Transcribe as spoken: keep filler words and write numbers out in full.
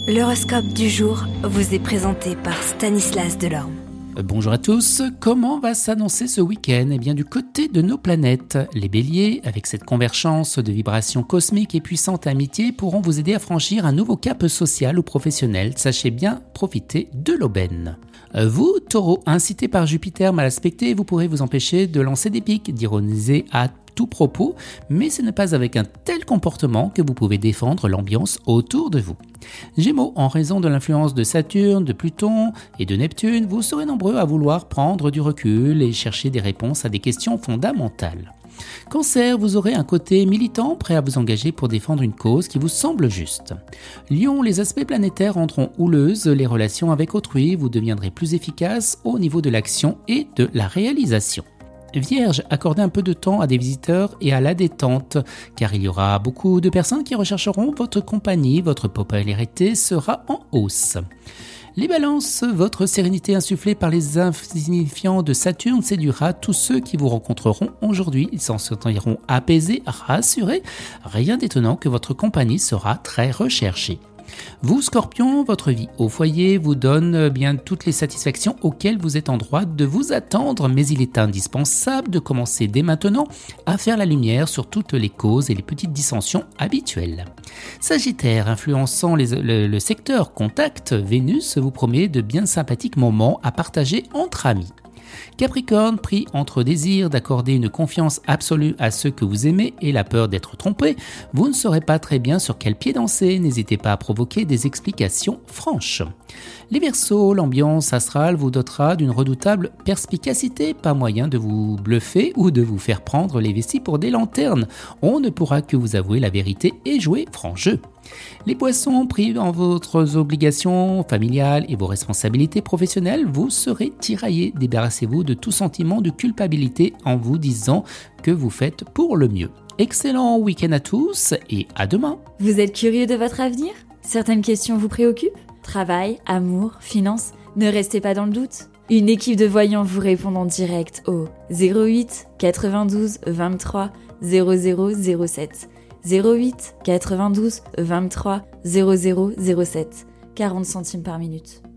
L'horoscope du jour vous est présenté par Stanislas Delorme. Bonjour à tous, comment va s'annoncer ce week-end ? Eh bien du côté de nos planètes, les béliers, avec cette convergence de vibrations cosmiques et puissante amitié, pourront vous aider à franchir un nouveau cap social ou professionnel. Sachez bien profiter de l'aubaine. Vous, taureaux, incité par Jupiter mal aspecté, vous pourrez vous empêcher de lancer des pics, d'ironiser à tout propos, mais ce n'est pas avec un tel comportement que vous pouvez défendre l'ambiance autour de vous. Gémeaux, en raison de l'influence de Saturne, de Pluton et de Neptune, vous serez nombreux à vouloir prendre du recul et chercher des réponses à des questions fondamentales. Cancer, vous aurez un côté militant prêt à vous engager pour défendre une cause qui vous semble juste. Lion, les aspects planétaires rendront houleuses les relations avec autrui, vous deviendrez plus efficace au niveau de l'action et de la réalisation. Vierge, accordez un peu de temps à des visiteurs et à la détente, car il y aura beaucoup de personnes qui rechercheront votre compagnie, votre popularité sera en hausse. Les balances, votre sérénité insufflée par les insignifiants de Saturne séduira tous ceux qui vous rencontreront aujourd'hui. Ils s'en sentiront apaisés, rassurés. Rien d'étonnant que votre compagnie sera très recherchée. Vous, Scorpion, votre vie au foyer vous donne bien toutes les satisfactions auxquelles vous êtes en droit de vous attendre, mais il est indispensable de commencer dès maintenant à faire la lumière sur toutes les causes et les petites dissensions habituelles. Sagittaire, influençant les, le, le secteur contact, Vénus vous promet de bien sympathiques moments à partager entre amis. Capricorne, pris entre désir d'accorder une confiance absolue à ceux que vous aimez et la peur d'être trompé, vous ne saurez pas très bien sur quel pied danser, n'hésitez pas à provoquer des explications franches. Les Verseaux, l'ambiance astrale vous dotera d'une redoutable perspicacité, pas moyen de vous bluffer ou de vous faire prendre les vessies pour des lanternes, on ne pourra que vous avouer la vérité et jouer franc jeu. Les Poissons, pris dans votre obligations familiales et vos responsabilités professionnelles, vous serez tiraillés. Débarrassez-vous de tout sentiment de culpabilité en vous disant que vous faites pour le mieux. Excellent week-end à tous et à demain. Vous êtes curieux de votre avenir ? Certaines questions vous préoccupent ? Travail, amour, finances ? Ne restez pas dans le doute. Une équipe de voyants vous répond en direct au zéro huit quatre-vingt-douze vingt-trois zéro zéro zéro sept. zéro huit quatre-vingt-douze vingt-trois zéro zéro zéro sept, quarante centimes par minute.